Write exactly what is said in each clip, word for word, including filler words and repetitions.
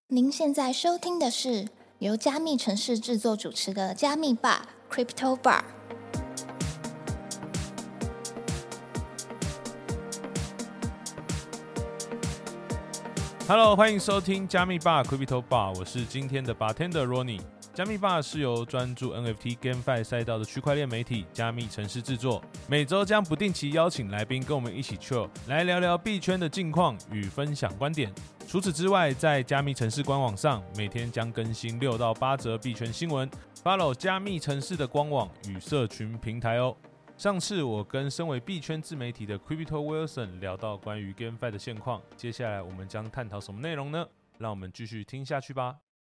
您现在收听的是由加密城市制作主持的加密吧 Crypto Bar。Hello， 欢迎收听加密吧 Crypto Bar， 我是今天的 Bartender Ronnie。加密吧是由专注 N F T、GameFi 赛道的区块链媒体加密城市制作，每周将不定期邀请来宾跟我们一起 chill， 来聊聊币圈的近况与分享观点。除此之外，在加密城市官网上，每天将更新六到八则币圈新闻 ，follow 加密城市的官网与社群平台哦。上次我跟身为币圈自媒体的 Crypto Wilson 聊到关于 GameFi 的现况，接下来我们将探讨什么内容呢？让我们继续听下去吧。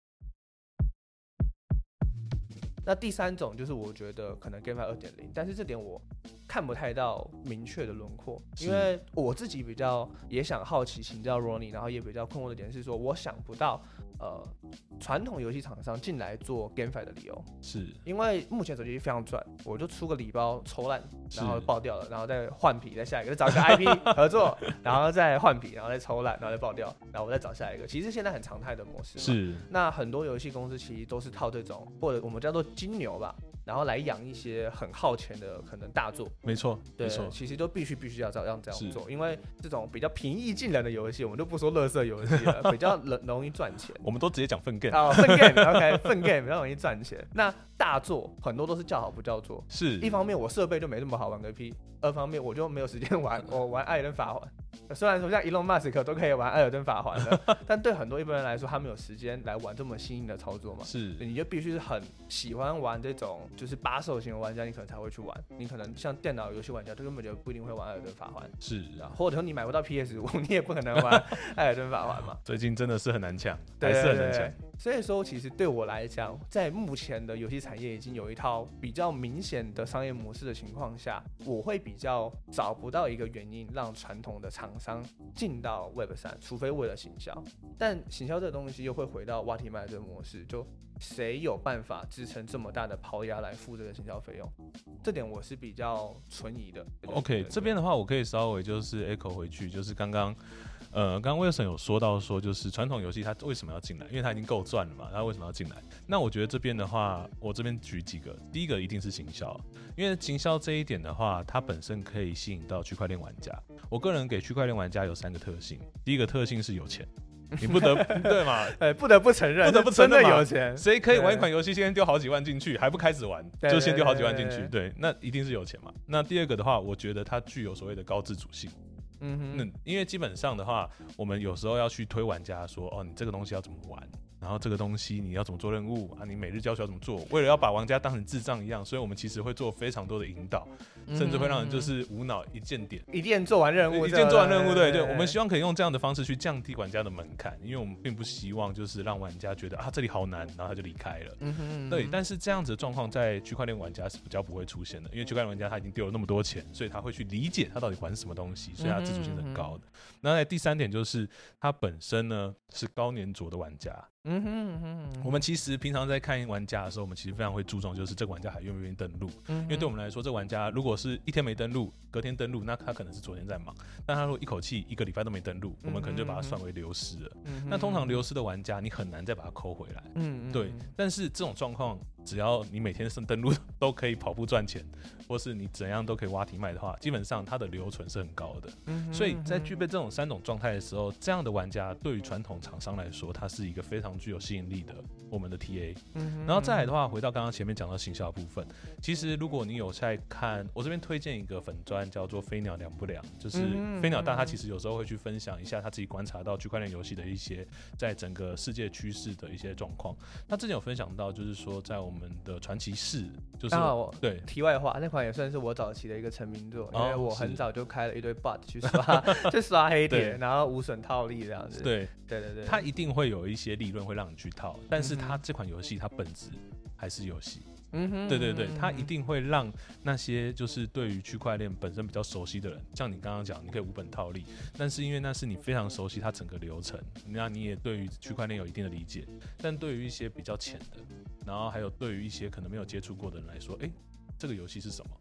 那第三种就是我觉得可能 GameFi 二点零， 但是这点我看不太到明确的轮廓，因为我自己比较也想好奇请教 Ronnie， 然后也比较困惑的点是说，我想不到呃传统游戏厂商进来做 GameFi 的理由，是因为目前手机非常赚，我就出个礼包抽烂，然后爆掉了，然后再换皮，再下一个，再找一个 I P 合作，然后再换皮，然后再抽烂，然后再爆掉，然后我再找下一个。其实现在很常态的模式嘛，是那很多游戏公司其实都是套这种，或者我们叫做金牛吧。然后来养一些很耗钱的可能大作， 没错， 对，没错，其实都必须必须要这样这样做，因为这种比较平易近人的游戏，我们就不说垃圾游戏了，比较容易赚钱。 我们都直接讲粪 game， 好，粪 game，OK， 粪 game 比较容易赚钱。那大作很多都是叫好不叫座， 是一方面我设备就没那么好玩个屁，二方面我就没有时间玩，我玩艾尔登法环。虽然说像 Elon Musk 都可以玩艾尔登法环的，但对很多一般人来说，他没有时间来玩这么新颖的操作嘛。是，你就必须是很喜欢玩这种就是把手型的玩家，你可能才会去玩。你可能像电脑游戏玩家，他根本就不一定会玩艾尔登法环。是啊，或者说你买不到 P S 五， 你也不可能玩艾尔登法环嘛。 最近真的是很难抢，还是很难抢。 所以说，其实对我来讲，在目前的游戏产业已经有一套比较明显的商业模式的情况下，我会比较找不到一个原因让传统的厂商进到 Web 三，除非为了行销。但行销这个东西又会回到挖题卖这个模式，就谁有办法支撑这么大的抛压来付这个行销费用？这点我是比较存疑的。 OK， 这边的话，我可以稍微就是 echo 回去，就是刚刚。呃，刚刚 Wilson 有说到说，就是传统游戏它为什么要进来？因为它已经够赚了嘛，它为什么要进来？那我觉得这边的话，我这边举几个，第一个一定是行销，因为行销这一点的话，它本身可以吸引到区块链玩家。我个人给区块链玩家有三个特性，第一个特性是有钱。你不得对嘛？ 哎，不得不承认， 不得不承认真的有钱。 谁可以玩一款游戏，先丢好几万进去，还不开始玩，就先丢好几万进去？对，那一定是有钱嘛。那第二个的话，我觉得它具有所谓的高自主性。嗯哼，那因为基本上的话，我们有时候要去推玩家说，哦，你这个东西要怎么玩，然后这个东西你要怎么做任务啊，你每日教学要怎么做，为了要把玩家当成智障一样，所以我们其实会做非常多的引导，甚至会让人就是无脑一键点， 一键做完任务， 一键做完任务，对对，我们希望可以用这样的方式去降低玩家的门槛，因为我们并不希望就是让玩家觉得啊这里好难，然后他就离开了。嗯哼，对，但是这样子的状况在区块链玩家是比较不会出现的，因为区块链玩家他已经丢了那么多钱，所以他会去理解他到底玩什么东西，所以他自主性是很高的。那在第三点就是他本身呢是高黏着的玩家。嗯哼嗯哼，我们其实平常在看玩家的时候，我们其实非常会注重，就是这个玩家还愿不愿意登录。嗯、因为对我们来说，这个玩家如果是一天没登录，隔天登录，那他可能是昨天在忙；但他如果一口气一个礼拜都没登录，我们可能就把它算为流失了。嗯、那通常流失的玩家，你很难再把它抠回来。嗯，对。但是这种状况，只要你每天登录都可以跑步赚钱，或是你怎样都可以挖题卖的话，基本上它的留存是很高的。嗯、所以在具备这种三种状态的时候，这样的玩家对于传统厂商来说，它是一个非常具有吸引力的我们的 T A。嗯、然后再来的话，回到刚刚前面讲到行销的部分，其实如果你有在看，我这边推荐一个粉专叫做飞鸟凉不凉，就是飞鸟大他其实有时候会去分享一下他自己观察到区块链游戏的一些在整个世界趋势的一些状况。他之前有分享到，就是说在我们的传奇四，就是对题外话，那款也算是我早期的一个成名作，因为我很早就开了一堆 bot 去刷去刷黑点，然后无损套利这样子。 对对对对， 它一定会有一些利润会让你去套，但是它这款游戏它本质还是游戏。嗯哼，对对对，它一定会让那些就是对于区块链本身比较熟悉的人，像你刚刚讲，你可以无本套利，但是因为那是你非常熟悉它整个流程，那你也对于区块链有一定的理解，但对于一些比较浅的，然后还有对于一些可能没有接触过的人来说，哎，这个游戏是什么？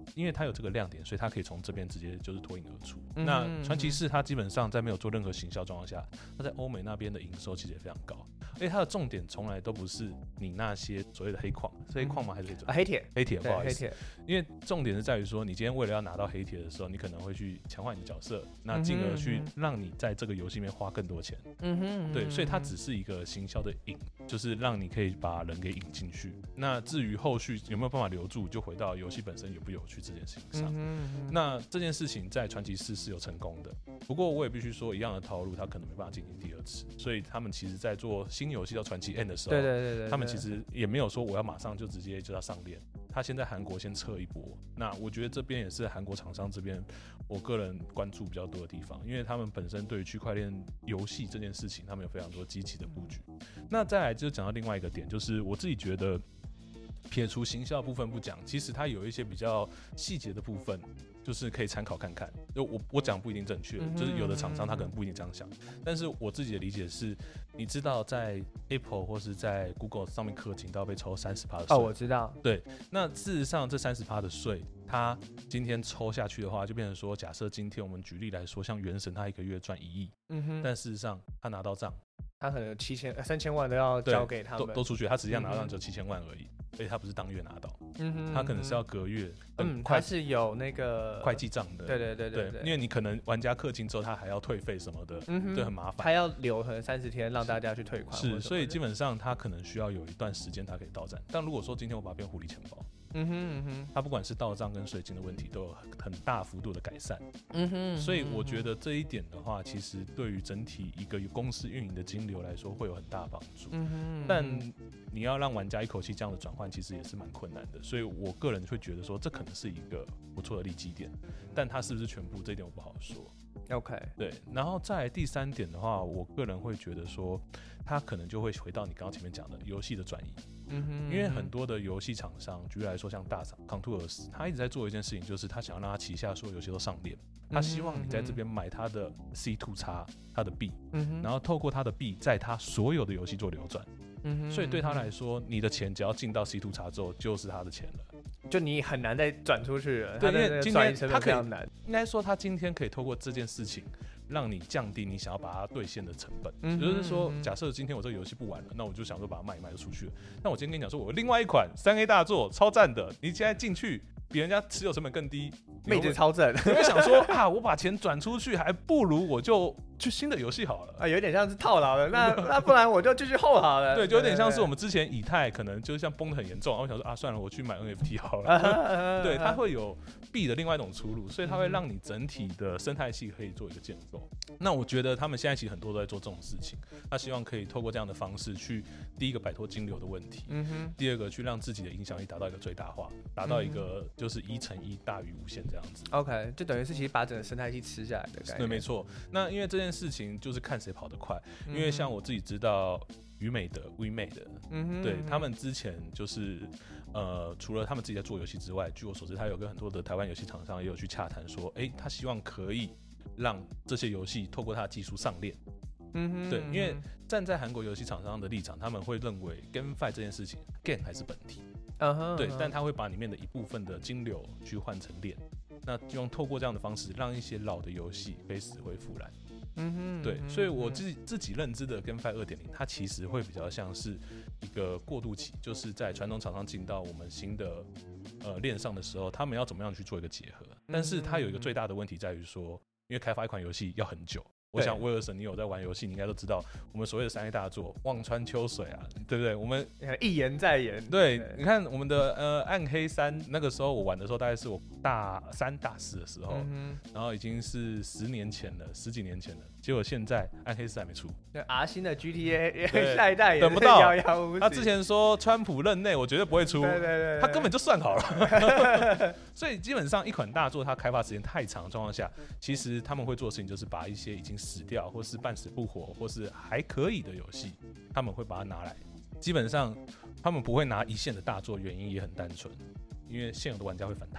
因为它有这个亮点，所以它可以从这边直接就是脱颖而出。 嗯、 那传奇士它基本上在没有做任何行销状况下，它在欧美那边的营收其实也非常高，而且它的重点从来都不是你那些所谓的黑矿，是黑矿吗？还是黑铁？ 啊，黑铁， 黑铁，不好意思， 黑铁。因为重点是在于说，你今天为了要拿到黑铁的时候，你可能会去强化你的角色，那进而去让你在这个游戏里面花更多钱。嗯哼，对，所以它只是一个行销的引，就是让你可以把人给引进去。那至于后续有没有办法留住，就回到游戏本身有不有趣这件事情上。嗯、那这件事情在传奇四是有成功的，不过我也必须说，一样的套路，它可能没办法进行第二次。所以他们其实在做新游戏叫传奇 N 的时候， 对对对对， 他们其实也没有说我要马上就直接就要上链。他先在韩国先测一波，那我觉得这边也是韩国厂商这边我个人关注比较多的地方，因为他们本身对于区块链游戏这件事情，他们有非常多积极的布局。那再来就讲到另外一个点，就是我自己觉得撇除行销部分不讲，其实它有一些比较细节的部分，就是可以参考看看。就我我讲不一定正确，就是有的厂商他可能不一定这样想，但是我自己的理解是，你知道在 Apple 或是在 Google 上面氪金都要被抽 百分之三十 的税。 哦，我知道。 对，那事实上这 百分之三十 的税，它今天抽下去的话，就变成说，假设今天我们举例来说，像原神它一个月赚一亿，嗯哼，但事实上他拿到账， 他可能七千三千万都要交给他们， 都都出去，他实际上拿到账只有七千万而已。所以他不是当月拿到，嗯哼，他可能是要隔月， 嗯，他是有那个会计账的， 对对对 对, 对，因为你可能玩家氪金之后，他还要退费什么的，嗯，对，很麻烦， 他要留可能三十天让大家去退款， 是，所以基本上他可能需要有一段时间他可以到账。但如果说今天我把它变狐狸钱包，嗯哼嗯哼，他不管是到账跟税金的问题都有很大幅度的改善，嗯哼，所以我觉得这一点的话，其实对于整体一个公司运营的金流来说会有很大帮助，嗯哼，但你要让玩家一口气这样的转换，其实也是蛮困难的，所以我个人会觉得说，这可能是一个不错的利基点，但它是不是全部，这一点我不好说。 OK， 对，然后再来第三点的话，我个人会觉得说，它可能就会回到你刚刚前面讲的游戏的转移，嗯哼，因为很多的游戏厂商，举例来说像大厂 Contours， 他一直在做一件事情，就是他想要让他旗下所有游戏都上链，他希望你在这边买他的 C 二 叉，他的币，嗯，然后透过他的币，在他所有的游戏做流转。嗯、所以对他来说，你的钱只要进到 C 二 叉之后，就是他的钱了， 就你很难再转出去了。 对，因为今天他可以， 应该说他今天可以透过这件事情，让你降低你想要把它兑现的成本。嗯、就是说，假设今天我这个游戏不玩了，那我就想说把它卖一卖就出去了。那我今天跟你讲说，我另外一款三 A 大作超赞的，你现在进去比人家持有成本更低， 妹子超正， 你会想说啊，我把钱转出去，还不如我就去新的游戏好了啊，有点像是套牢的，那那不然我就继续hold好了。 对，就有点像是我们之前以太可能就像崩得很严重，然后我想说啊，算了，我去买 N F T 好了。对，它会有币的另外一种出路，所以它会让你整体的生态系可以做一个建构。那我觉得他们现在其实很多都在做这种事情，他希望可以透过这样的方式去，第一个摆脱金流的问题，嗯哼，第二个去让自己的影响力达到一个最大化，达到一个就是一乘一大于无限这样子。 OK， 就等于是其实把整个生态系吃下来的概念。 对，没错。那因为这件事情就是看谁跑得快，因为像我自己知道宇美的 WeMade， 嗯哼，对他们之前就是呃，除了他们自己在做游戏之外，据我所知，他有跟很多的台湾游戏厂商也有去洽谈说，哎、欸，他希望可以让这些游戏透过他的技术上链。嗯哼，对，因为站在韩国游戏厂商的立场，他们会认为 GameFi 这件事情 ，Game 还是本体，嗯哼，对，但他会把里面的一部分的金流去换成链，那希望透过这样的方式，让一些老的游戏可以死灰复燃。嗯哼，对，所以我自己自己认知的 GameFi 二点零，它其实会比较像是一个过渡期，就是在传统厂商进到我们新的呃链上的时候，他们要怎么样去做一个结合？但是它有一个最大的问题在于说，因为开发一款游戏要很久。我想威尔森，你有在玩游戏，你应该都知道，我们所谓的三 A 大作，望穿秋水啊，对不对？我们一言再言。 对，对你看我们的呃暗黑三，那个时候我玩的时候，大概是我大三大四的时候，嗯、然后已经是十年前了，十几年前了。结果现在暗黑四还没出， 那 R 新的 G T A 下一代也等不到， 遥遥无期。 他之前说川普任内我绝对不会出， 对对 对, 對， 他根本就算好了。所以基本上一款大作它开发时间太长的状况下，其实他们会做的事情就是把一些已经死掉或是半死不活或是还可以的游戏，他们会把它拿来。基本上他们不会拿一线的大作，原因也很单纯，因为现有的玩家会反弹。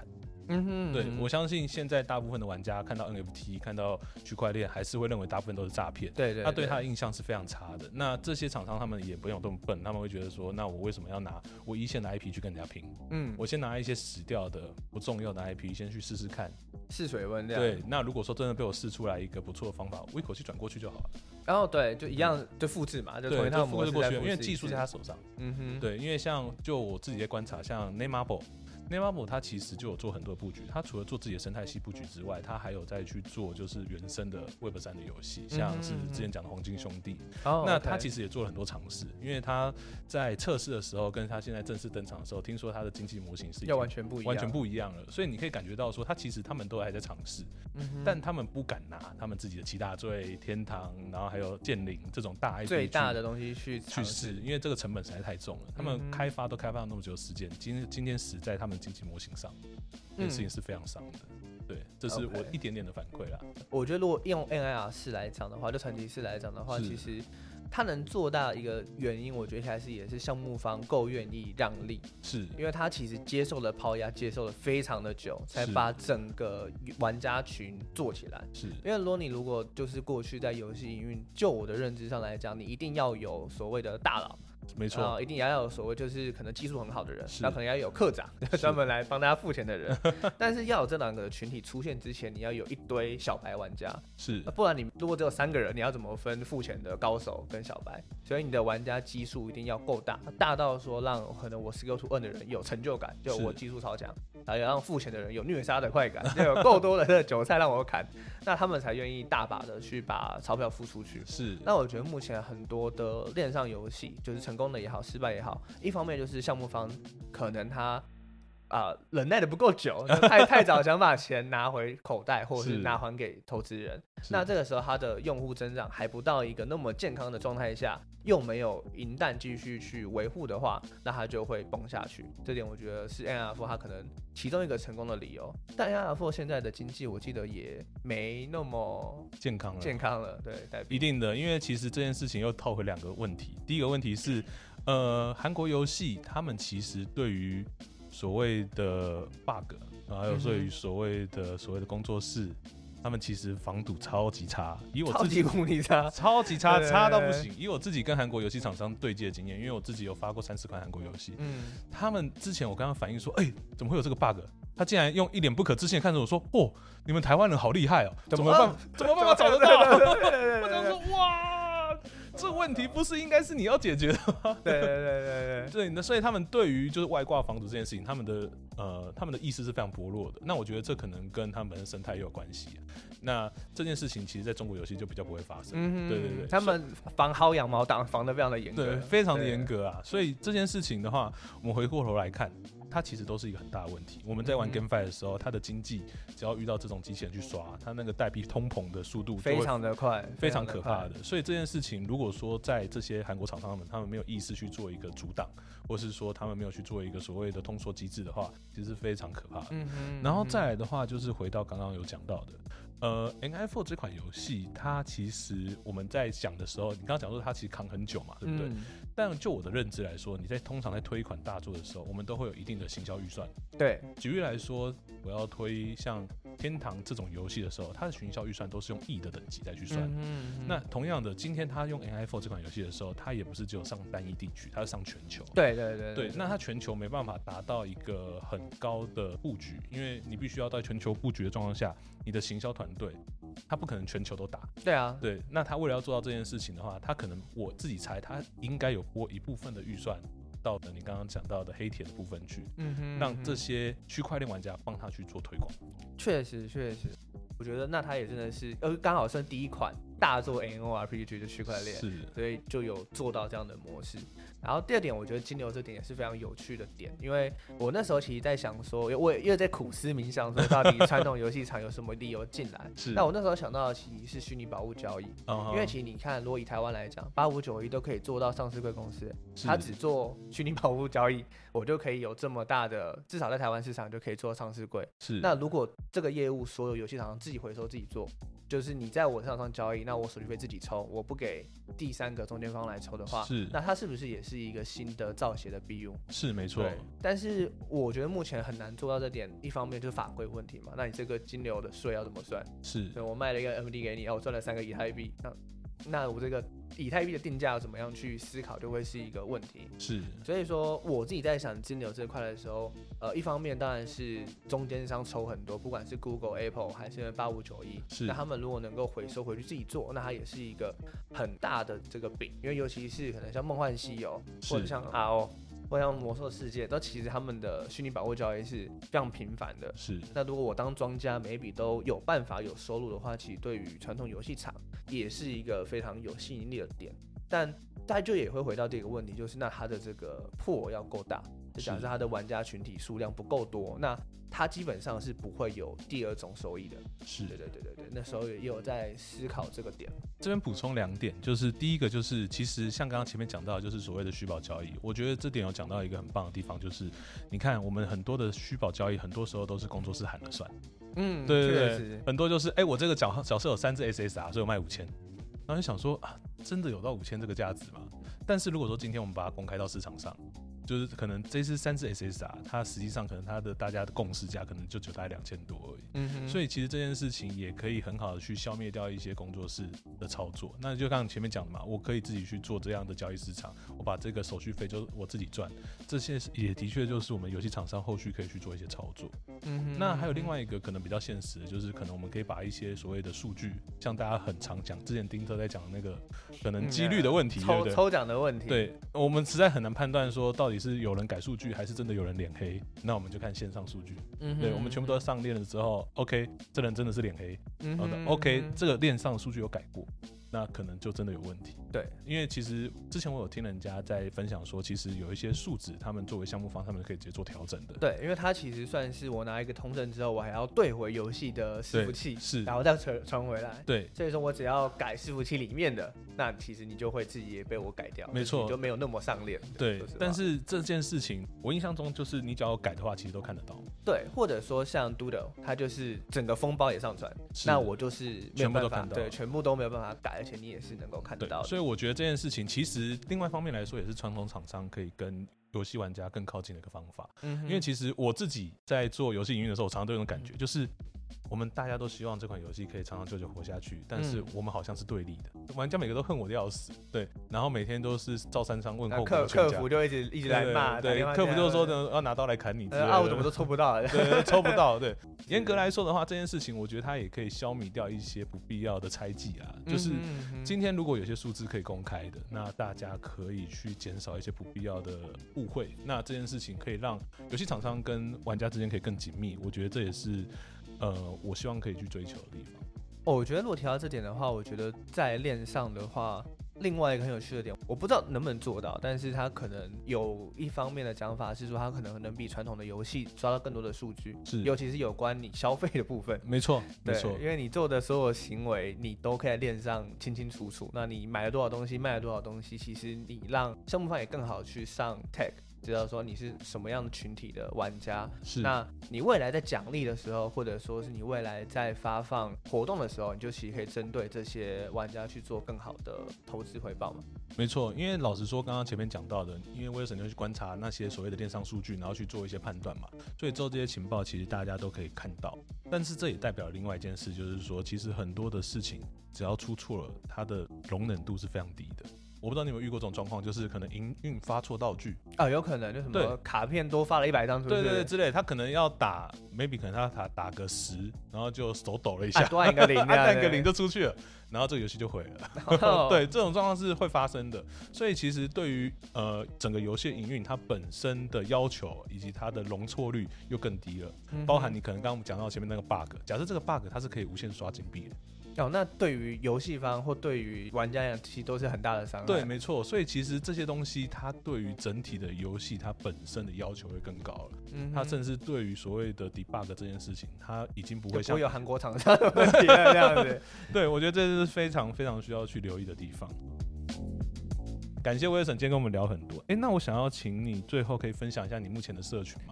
嗯哼，对，我相信现在大部分的玩家看到 N F T 看到区块链还是会认为大部分都是诈骗， 对 对, 对， 他对他的印象是非常差的。那这些厂商他们也不用这么笨，他们会觉得说，那我为什么要拿我一线的 I P 去跟人家拼？嗯，我先拿一些死掉的不重要的 I P 先去试试看， 试水温这样。 对，那如果说真的被我试出来一个不错的方法，我一口气转过去就好了。 然后对，就一样就复制嘛，就同一套模式过去，因为技术在他手上。嗯哼，对，因为像就我自己在观察，像 Netmarble。Netmarble 它其实就有做很多布局，它除了做自己的生态系布局之外，它还有再去做就是原生的 Web 三的游戏，像是之前讲的黄金兄弟。哦、那它其实也做了很多尝试，因为它在测试的时候，跟它现在正式登场的时候，听说它的经济模型是要完全不一样， 完全不一样了。所以你可以感觉到说，它其实他们都还在尝试，嗯、但他们不敢拿他们自己的七大罪、天堂，然后还有剑灵这种大 I P 最大的东西去去试，因为这个成本实在太重了。他们开发都开发了那么久的时间，今今天死在他们经济模型上。这件事情是非常伤的，对，这是我一点点的反馈啦。 Okay. 我觉得如果用 N I R 四来讲的话，就传奇四来讲的话，其实它能做大一个原因，我觉得还是也是项目方够愿意让利， 是因为他其实接受了抛压，接受了非常的久，才把整个玩家群做起来。 是因为如果你如果就是过去在游戏营运，就我的认知上来讲，你一定要有所谓的大佬。 没错、 呃，一定也要有所谓就是可能技术很好的人，那可能要有课长，专门来帮大家付钱的人。但是要有这两个群体出现之前，你要有一堆小白玩家， 是， 不然你如果只有三个人，你要怎么分付钱的高手跟小白？所以你的玩家基数一定要够大，大到说让可能我 skill to earn 的人有成就感，就我技术超强，然后也让付钱的人有虐杀的快感，就有够多的这个韭菜让我砍，那他们才愿意大把的去把钞票付出去。 是， 那我觉得目前很多的链上游戏，就是成功的也好，失败也好，一方面就是项目方可能他啊、呃、忍耐的不够久，太太早想把钱拿回口袋，或者是拿还给投资人。那这个时候他的用户增长还不到一个那么健康的状态下，又没有银弹继续去维护的话，那他就会崩下去。这点我觉得是 N R F 他可能其中一个成功的理由。但 N R F 现在的经济我记得也没那么健康了， 健康了，对， 一定的，因为其实这件事情又套回两个问题。第一个问题是，呃，韩国游戏他们其实对于所谓的 bug， 还有对于所谓的所谓的工作室，他们其实防堵超级差，以我自己超级功力差， 超级差，差到不行。以我自己跟韩国游戏厂商对接的经验，因为我自己有发过三四款韩国游戏，嗯，他们之前我刚刚反映说，哎、欸，怎么会有这个 bug？他竟然用一脸不可置信的看着我说：“哦，你们台湾人好厉害哦，怎么办？怎么办法找得到？”我就说：“哇，这个问题不是应该是你要解决的吗？” 对对对对对， 对，那所以他们对于就是外挂防堵这件事情，他们的呃他们的意识是非常薄弱的。那我觉得这可能跟他们的生态也有关系。那这件事情其实在中国游戏就比较不会发生。嗯、对对对， 他们防薅羊毛党防得非常的严格， 对，非常的严格啊。所以这件事情的话，我们回过头来看。它其实都是一个很大的问题。我们在玩 GameFi 的时候，它的经济只要遇到这种机器人去刷，它那个代币通膨的速度非常的快， 非常可怕的。所以这件事情，如果说在这些韩国厂商们他们没有意识去做一个阻挡，或是说他们没有去做一个所谓的通缩机制的话，其实是非常可怕的。嗯嗯、然后再来的话，就是回到刚刚有讲到的。呃 ，N I F 这款游戏，它其实我们在讲的时候，你刚刚讲说它其实扛很久嘛，对不对？嗯、但就我的认知来说，你在通常在推一款大作的时候，我们都会有一定的行销预算。 对， 举例来说，我要推像天堂这种游戏的时候，它的行销预算都是用亿的等级再去算。嗯嗯嗯、那同样的，今天它用 N I F 这款游戏的时候，它也不是只有上单一地区，它是上全球。 对对 对, 对, 对, 对，那它全球没办法达到一个很高的布局，因为你必须要在全球布局的状况下，你的行销团队。他不可能全球都打， 对啊， 对。那他为了要做到这件事情的话，他可能我自己猜，他应该有拨一部分的预算到的你刚刚讲到的黑铁的部分去，嗯哼，让这些区块链玩家帮他去做推广。 确实，确实，我觉得那他也真的是，呃，刚好算第一款大作 M O R P G 的区块链， 是， 所以就有做到这样的模式。然后第二点，我觉得金牛这点也是非常有趣的点，因为我那时候其实在想说，我也在苦思冥想说，到底传统游戏厂有什么理由进来？ 是。 那我那时候想到的其实是虚拟宝物交易， uh-huh. 因为其实你看，如果以台湾来讲，八五九一都可以做到上市柜公司，他只做虚拟宝物交易，我就可以有这么大的，至少在台湾市场就可以做上市柜。 是。 那如果这个业务所有游戏厂商自己回收自己做， 就是你在我市场上交易，那我手续费自己抽，我不给第三个中间方来抽的话， 是， 那它是不是也是一个新的造血的弊用？ 是没错。 但是我觉得目前很难做到这点，一方面就是法规问题嘛，那你这个金流的税要怎么算？ 是， 我卖了一个 M D 给你，然后我赚了三个以太币，那那我这个以太币的定价要怎么样去思考，就会是一个问题。 是， 所以说我自己在想金流这块的时候，呃，一方面当然是中间商抽很多，不管是 Google、Apple 还是八五九一，那他们如果能够回收回去自己做，那它也是一个很大的这个饼，因为尤其是可能像梦幻西游或者像 R O。或像魔兽世界，都其实他们的虚拟宝物交易是非常频繁的。 是， 那如果我当庄家，每一笔都有办法有收入的话，其实对于传统游戏厂也是一个非常有吸引力的点。但大家就也会回到这个问题，就是那它的这个破要够大，就假设它的玩家群体数量不够多，那它基本上是不会有第二种收益的。 是， 对对对对对，那时候也有在思考这个点。 这边补充两点，就是第一个就是其实像刚刚前面讲到的，就是所谓的虚宝交易，我觉得这点有讲到一个很棒的地方，就是你看我们很多的虚宝交易，很多时候都是工作室喊了算。 嗯， 对对对，很多就是哎、欸，我这个角角色有三只 S S R， 所以我卖五千，然后就想说啊，真的有到五千这个价值吗？但是如果说今天我们把它公开到市场上，就是可能这次三只 S S R， 它实际上可能它的大家的共识价可能就只有大概两千多而已。嗯，所以其实这件事情也可以很好的去消灭掉一些工作室的操作。那就刚刚前面讲的嘛，我可以自己去做这样的交易市场，我把这个手续费就我自己赚，这些也的确就是我们游戏厂商后续可以去做一些操作。嗯，那还有另外一个可能比较现实的，就是可能我们可以把一些所谓的数据，像大家很常讲，之前丁特在讲那个可能几率的问题， 嗯、 对不对？ 抽奖的问题， 对，我们实在很难判断说到底是有人改数据，还是真的有人脸黑。那我们就看线上数据。嗯，对，我们全部都上链了之后 ，OK， 这人真的是脸黑。嗯 ，OK， 这个链上的数据有改过。那可能就真的有问题。 对， 因为其实之前我有听人家在分享说，其实有一些数值，他们作为项目方，他们可以直接做调整的。 对，因为它其实算是我拿一个通证之后，我还要对回游戏的伺服器， 是， 然后再传传回来。 对， 所以说我只要改伺服器里面的，那其实你就会自己也被我改掉， 没错， 你就没有那么上链。 对，但是这件事情我印象中就是你只要改的话，其实都看得到。 对，或者说像 Doodle， 它就是整个封包也上传，那我就是没有办法全部都看到， 对，全部都没有办法改，而且你也是能够看得到的。 所以我觉得这件事情其实另外一方面来说，也是传统厂商可以跟游戏玩家更靠近的一个方法。嗯，因为其实我自己在做游戏营运的时候，我常常都有种感觉，嗯、就是我们大家都希望这款游戏可以长长久久活下去，但是我们好像是对立的，嗯、玩家每个都恨我的要死，对，然后每天都是照三商问候客客服就一直一直来骂， 对，客服就说呢要拿刀来砍你之类的， 啊我怎么都抽不到， 对，抽不到，对。严格来说的话，这件事情我觉得它也可以消弭掉一些不必要的猜忌啊。就是今天如果有些数字可以公开的，那大家可以去减少一些不必要的误会。那这件事情可以让游戏厂商跟玩家之间可以更紧密。我觉得这也是呃我希望可以去追求的地方。 哦，我觉得如果提到这点的话，我觉得在链上的话。另外一个很有趣的点，我不知道能不能做到，但是他可能有一方面的讲法是说，他可能能比传统的游戏抓到更多的数据， 是， 尤其是有关你消费的部分。 没错，没错， 因为你做的所有行为，你都可以在链上清清楚楚。那你买了多少东西，卖了多少东西，其实你让项目方也更好去上 tag。知道说你是什么样的群体的玩家， 是那你未来在奖励的时候，或者说是你未来在发放活动的时候，你就其实可以针对这些玩家去做更好的投资回报嘛。 没错，因为老实说，刚刚前面讲到的，因为威尔森就去观察那些所谓的链上数据，然后去做一些判断嘛，所以之后这些情报其实大家都可以看到。但是这也代表另外一件事，就是说，其实很多的事情只要出错了，它的容忍度是非常低的。我不知道你有没有遇过这种状况，就是可能营运发错道具啊，有可能就什么卡片多发了一百张出去， 对对对之类，他可能要打 ，maybe 可能他打打个十，然后就手抖了一下， 啊、多按一个零， 按一个零就出去了，然后这个游戏就毁了。Oh. 对，这种状况是会发生的。所以其实对于呃整个游戏营运，它本身的要求以及它的容错率又更低了，嗯、包含你可能刚刚讲到前面那个 bug， 假设这个 bug 它是可以无限刷金币的。 哦，那对于游戏方或对于玩家来讲，其实都是很大的伤害。 对，没错。所以其实这些东西，它对于整体的游戏，它本身的要求会更高了。嗯，它甚至对于所谓的 debug 这件事情，它已经不会像不会有韩国厂商的问题了这样子。 对，我觉得这是非常非常需要去留意的地方。感谢威尔森今天跟我们聊很多。哎，那我想要请你最后可以分享一下你目前的社群吗？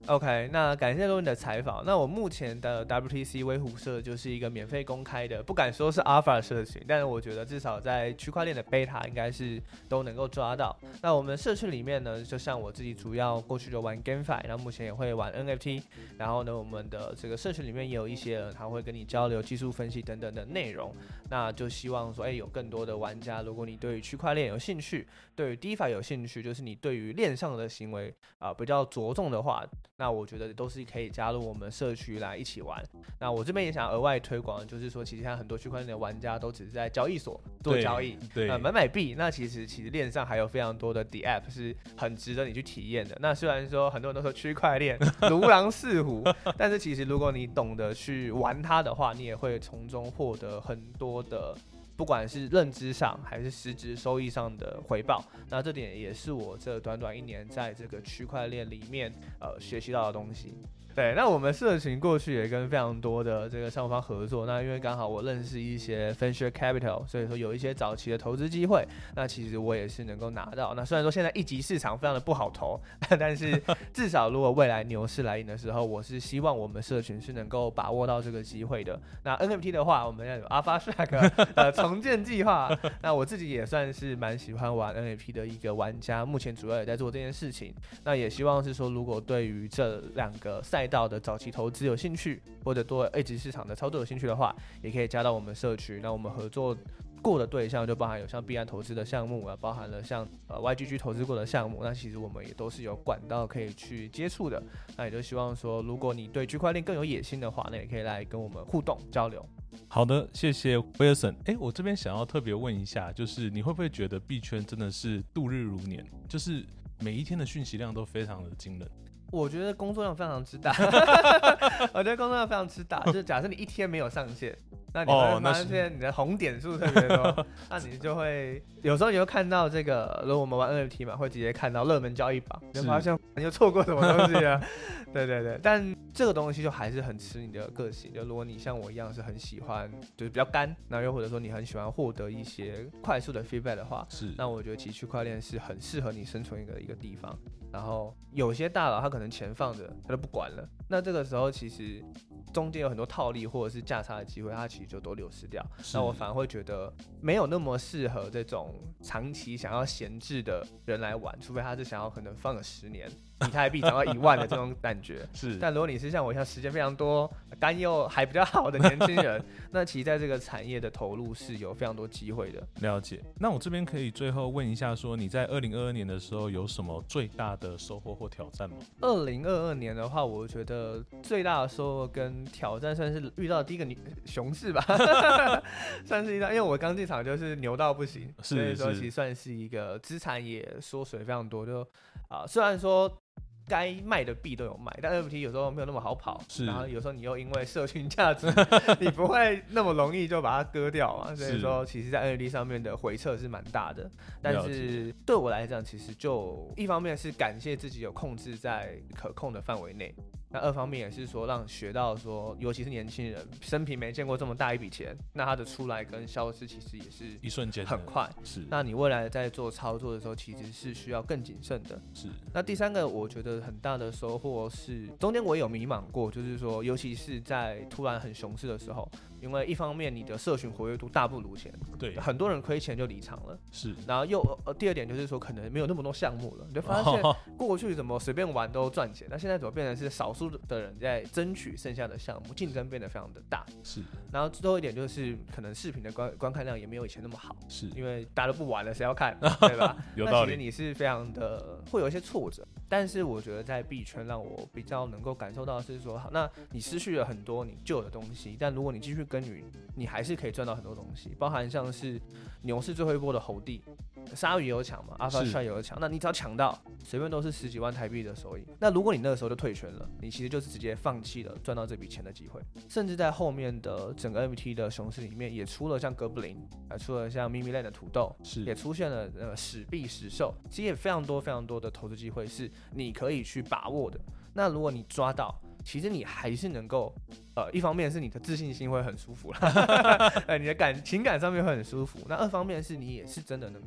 OK， 那感谢罗尼的采访。那我目前的 W T C 微虎社就是一个免费公开的，不敢说是 Alpha 社群，但是我觉得至少在区块链的 Beta 应该是都能够抓到。那我们社区里面呢，就像我自己主要过去就玩 GameFi， 然后目前也会玩 N F T， 然后呢，我们的这个社群里面也有一些人他会跟你交流技术分析等等的内容。那就希望说，哎、欸，有更多的玩家，如果你对于区块链有兴趣，对于 DeFi 有兴趣，就是你对于链上的行为啊、呃、比较着重的话，那我觉得都是可以加入我们社区来一起玩。那我这边也想额外推广，就是说，其实现在很多区块链的玩家都只是在交易所做交易， 对， 呃，买买币。那其实其实链上还有非常多的 D App 是很值得你去体验的。那虽然说很多人都说区块链如狼似虎，但是其实如果你懂得去玩它的话，你也会从中获得很多的。不管是认知上还是实质收益上的回报，那这点也是我这短短一年在这个区块链里面呃学习到的东西。对，那我们社群过去也跟非常多的这个商方合作，那因为刚好我认识一些 venture capital， 所以说有一些早期的投资机会，那其实我也是能够拿到。那虽然说现在一级市场非常的不好投，但是至少如果未来牛市来临的时候，我是希望我们社群是能够把握到这个机会的。那 N F T 的话，我们要有 Alpha Shack 呃重建计划，那我自己也算是蛮喜欢玩 N F T 的一个玩家，目前主要也在做这件事情。那也希望是说，如果对于这两个赛道的早期投资有兴趣，或者对 A 级市场的操作有兴趣的话，也可以加到我们社区。那我们合作过的对象就包含有像币安投资的项目啊，包含了像呃 Y G G 投资过的项目。那其实我们也都是有管道可以去接触的。那也就希望说，如果你对区块链更有野心的话，那也可以来跟我们互动交流。 好的，谢谢 Wilson。哎，我这边想要特别问一下，就是你会不会觉得币圈真的是度日如年，就是每一天的讯息量都非常的惊人？ 我觉得工作量非常之大，我觉得工作量非常之大。就是假设你一天没有上线，那你会发现你的红点数特别多，哦、那, 那你就会有时候你会看到这个，如果我们玩 N F T 嘛，会直接看到热门交易榜，你就发现你又错过什么东西啊？对对对，但这个东西就还是很吃你的个性。就如果你像我一样是很喜欢，就是比较干，那又或者说你很喜欢获得一些快速的 feedback 的话， 是， 那我觉得其实区块链是很适合你生存一个一个地方。然后有些大佬他可能钱放着，他都不管了。那这个时候其实中间有很多套利或者是价差的机会，他其实就都流失掉。那我反而会觉得没有那么适合这种长期想要闲置的人来玩，除非他是想要可能放个十年，以太币涨到一万的这种感觉。 是， 但如果你是像我一样时间非常多、肝又还比较好的年轻人，那其实在这个产业的投入是有非常多机会的。 了解。那我这边可以最后问一下，说你在二零二二年的时候有什么最大的收获或挑战吗？ 二零二二年的话，我觉得最大的收获跟挑战算是遇到的第一个熊市吧，算是一道，因为我刚进场就是牛到不行，所以说其实算是一个资产也缩水非常多，就啊、呃，虽然说。该卖的币都有卖，但 N F T 有时候没有那么好跑，然后有时候你又因为社群价值，你不会那么容易就把它割掉嘛，所以说其实在 N F T 上面的回撤是蛮大的。但是对我来讲，其实就一方面是感谢自己有控制在可控的范围内。那二方面也是说，让学到说，尤其是年轻人，生平没见过这么大一笔钱，那它的出来跟消失其实也是一瞬间很快。 是， 那你未来在做操作的时候，其实是需要更谨慎的。 是。 那第三个，我觉得很大的收获是，中间我也有迷茫过，就是说，尤其是在突然很熊市的时候，因为一方面你的社群活跃度大不如前， 对， 很多人亏钱就离场了。 是。 然后又呃，第二点就是说，可能没有那么多项目了，你就发现过去怎么随便玩都赚钱，那现在怎么变成是少数的人在争取剩下的项目，竞争变得非常的大。 是， 然后最后一点就是可能视频的观观看量也没有以前那么好， 是因为大家都不玩了，谁要看，对吧？ 有道理。 那其实你是非常的会有一些挫折，但是我觉得在币圈让我比较能够感受到的是说，好，那你失去了很多你旧的东西，但如果你继续耕耘，你还是可以赚到很多东西，包含像是牛市最后一波的猴帝。鲨鱼也有抢嘛 ，Alpha Shack 也有抢，那你只要抢到，随便都是十几万台币的收益。那如果你那个时候就退圈了，你其实就是直接放弃了赚到这笔钱的机会。甚至在后面的整个 N F T 的熊市里面，也出了像 Goblin， 还出了像 Mimi Land 的土豆， 是也出现了呃史币史兽，其实也非常多非常多的投资机会是你可以去把握的。那如果你抓到，其实你还是能够，呃，一方面是你的自信心会很舒服啦，呃，你的感情感上面会很舒服。那二方面是你也是真的能够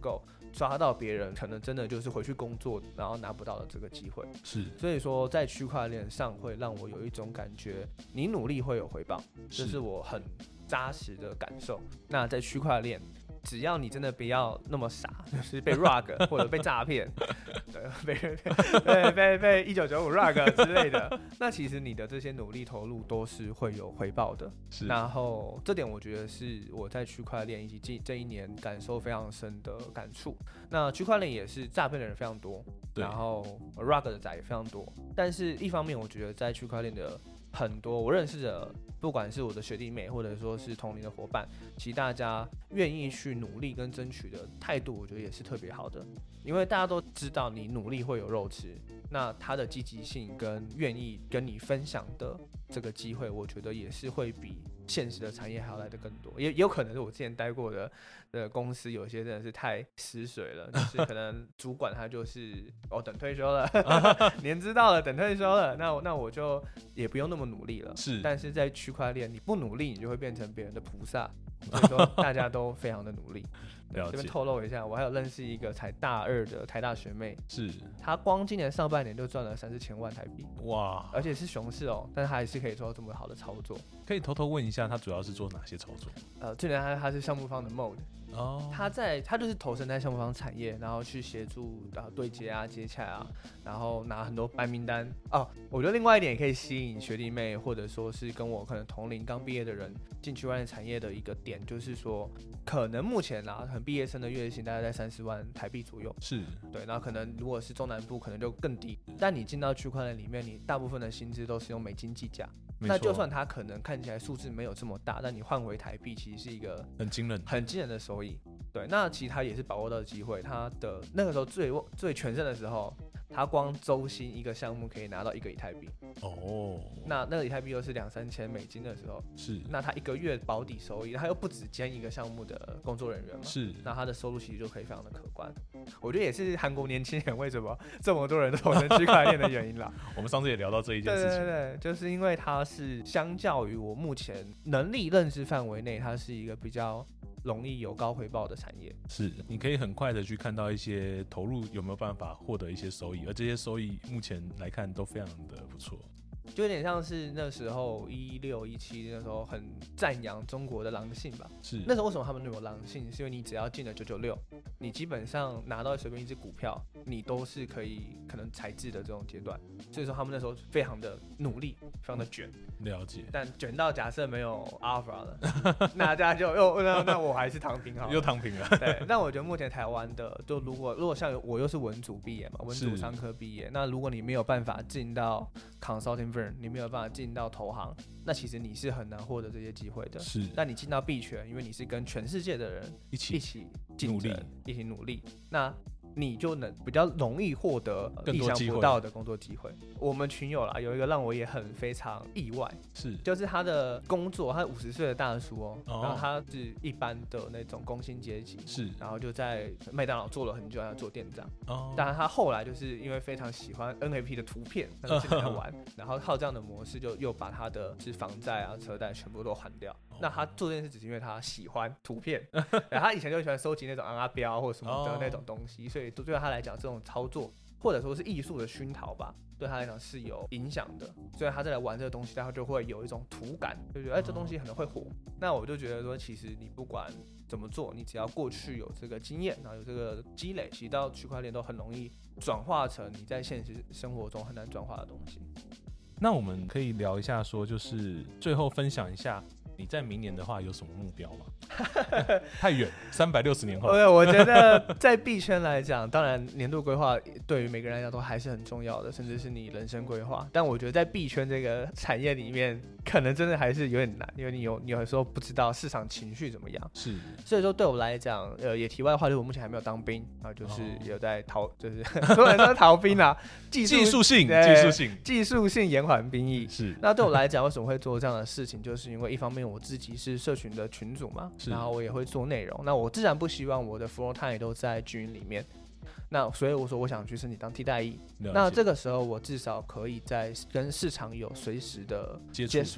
抓到别人可能真的就是回去工作然后拿不到的这个机会。 是， 所以说在区块链上会让我有一种感觉，你努力会有回报，这是我很扎实的感受。那在区块链，只要你真的不要那么傻，就是被 rug 或者被诈骗，对，被被被被一九九五 rug 之类的，那其实你的这些努力投入都是会有回报的。 是， 然后这点我觉得是我在区块链以及这一年感受非常深的感触。那区块链也是诈骗的人非常多，然后 rug 的仔也非常多，但是一方面我觉得在区块链的很多我认识的，不管是我的学弟妹或者说是同龄的伙伴，其实大家愿意去努力跟争取的态度，我觉得也是特别好的。因为大家都知道你努力会有肉吃，那他的积极性跟愿意跟你分享的这个机会，我觉得也是会比现实的产业还要来的更多。也也有可能是我之前待过的的公司，有些真的是太死水了，就是可能主管他就是哦等退休了，年资到了等退休了，那那我就也不用那么努力了。 是， 但是在区块链，你不努力，你就会变成别人的菩萨。所以说大家都非常的努力。 了解。 这边透露一下，我还有认识一个才大二的台大学妹， 是她光今年上半年就赚了三四千万台币， 哇！ 而且是熊市哦，但是她还是可以做到这么好的操作。 可以偷偷问一下，她主要是做哪些操作？ 呃，这年她她是项目方的 mode。 哦， 他在他就是投身在项目方产业，然后去协助啊对接啊接洽啊，然后拿很多白名单哦。我觉得另外一点也可以吸引学弟妹或者说是跟我可能同龄刚毕业的人进区块链产业的一个点，就是说可能目前啊，很毕业生的月薪大概在三十万台币左右， 是对，然后可能如果是中南部可能就更低，但你进到区块链里面，你大部分的薪资都是用美金计价。那就算它可能看起来数字没有这么大，但你换回台币其实是一个很惊人、 很惊人的收益。对，那其实他也是把握到机会，他的那个时候最最全盛的时候，他光周薪一个项目可以拿到一个以太币。 哦， 那那个以太币又是两三千美金的时候， 是， 那他一个月保底收益，他又不止兼一个项目的工作人员嘛， 是， 那他的收入其实就可以非常的可观。我觉得也是韩国年轻人为什么这么多人都投身区块链的原因啦。 我们上次也聊到这一件事情， 对对对，就是因为它是相较于我目前能力认知范围内，它是一个比较容易有高回报的产业。 是，你可以很快的去看到一些投入有没有办法获得一些收益，而这些收益目前来看都非常的不错。 就有点像是那时候一六一七那时候很赞扬中国的狼性吧。 是， 那时候为什么他们那么狼性？是因为你只要进了九九六，你基本上拿到随便一只股票，你都是可以可能裁制的这种阶段。所以说他们那时候非常的努力，非常的卷。 了解。 但卷到假设没有 alpha 了，那大家就又那那我还是躺平好了， 又躺平了。 对，但我觉得目前台湾的，就如果如果像我又是文组毕业嘛，文组商科毕业，那如果你没有办法进到 consulting firm， 你没有办法进到投行，那其实你是很难获得这些机会的。 是， 但你进到币圈，因为你是跟全世界的人一起一起竞争，一起努力，那你就能比较容易获得意想不到的工作机会。我们群友啦，有一个让我也很非常意外， 是就是他的工作，他五十岁的大叔哦， 哦然后他是一般的那种工薪阶级， 是， 然后就在麦当劳做了很久，要做店长。 哦， 当然他后来就是因为非常喜欢 N F T 的图片，那就进来玩，然后靠这样的模式就又把他的是房贷啊、车贷全部都还掉。哦、那他做这件事只是因为他喜欢图片，然后他以前就喜欢收集那种昂阿标或什么的那种东西，所以对他来讲，这种操作或者说是艺术的熏陶吧，对他来讲是有影响的。所以他再来玩这个东西，他就会有一种图感，就觉得哎、欸，这东西可能会火。那我就觉得说，其实你不管怎么做，你只要过去有这个经验，然后有这个积累，其实到区块链都很容易转化成你在现实生活中很难转化的东西。 那我们可以聊一下，说就是最后分享一下。你在明年的话有什么目标吗？太远，三百六十年后。 对，我觉得在币圈来讲，当然年度规划对于每个人来讲都还是很重要的，甚至是你人生规划。但我觉得在币圈这个产业里面，可能真的还是有点难，因为你有你有时候不知道市场情绪怎么样。 是，所以说对我来讲，呃，也题外话，就是我目前还没有当兵啊，就是有在逃，就是突然说逃兵啊，技术技术性，技术性， 技术性延缓兵役。 是。 那对我来讲，为什么会做这样的事情？就是因为一方面我自己是社群的群主嘛，然后我也会做内容，那我自然不希望我的 floor time 都在军里面，那所以我说我想去申请当替代役，那这个时候我至少可以在跟市场有随时的接触，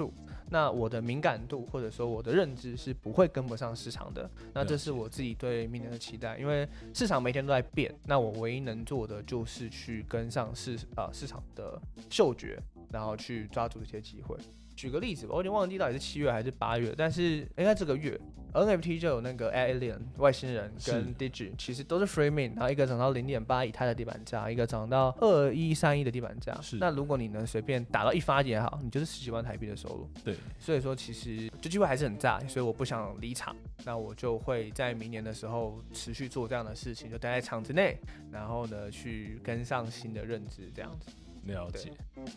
那我的敏感度或者说我的认知是不会跟不上市场的。那这是我自己对明年的期待，因为市场每天都在变，那我唯一能做的就是去跟上市呃市场的嗅觉，然后去抓住这些机会。举个例子吧，我有点忘记到底是七月还是八月，但是应该这个月 N F T 就有那个 Alien 外星人跟 Digi 其实都是 free mint， 然后一个涨到 零点八 以太的地板价，一个涨到二一三一的地板价。那如果你能随便打到一发也好，你就是十几万台币的收入。 对， 所以说其实这机会还是很大，所以我不想离场，那我就会在明年的时候持续做这样的事情，就待在场子内，然后呢去跟上新的认知这样子。 了解。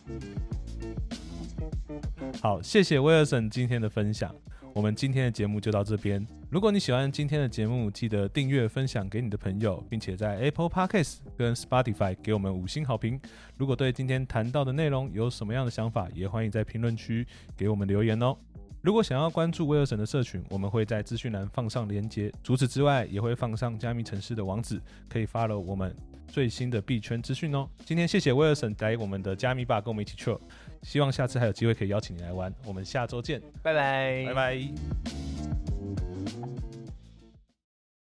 好，谢谢威尔森今天的分享。我们今天的节目就到这边。如果你喜欢今天的节目，记得订阅、分享给你的朋友，并且在 Apple Podcast 跟 Spotify 给我们五星好评。如果对今天谈到的内容有什么样的想法，也欢迎在评论区给我们留言哦。如果想要关注威尔森的社群，我们会在资讯栏放上连结。除此之外，也会放上加密城市的网址，可以 follow 我们最新的币圈资讯哦。今天谢谢威尔森来我们的加密吧跟我们一起 chill， 希望下次还有机会可以邀请你来玩。我们下周见， 拜拜， 拜拜。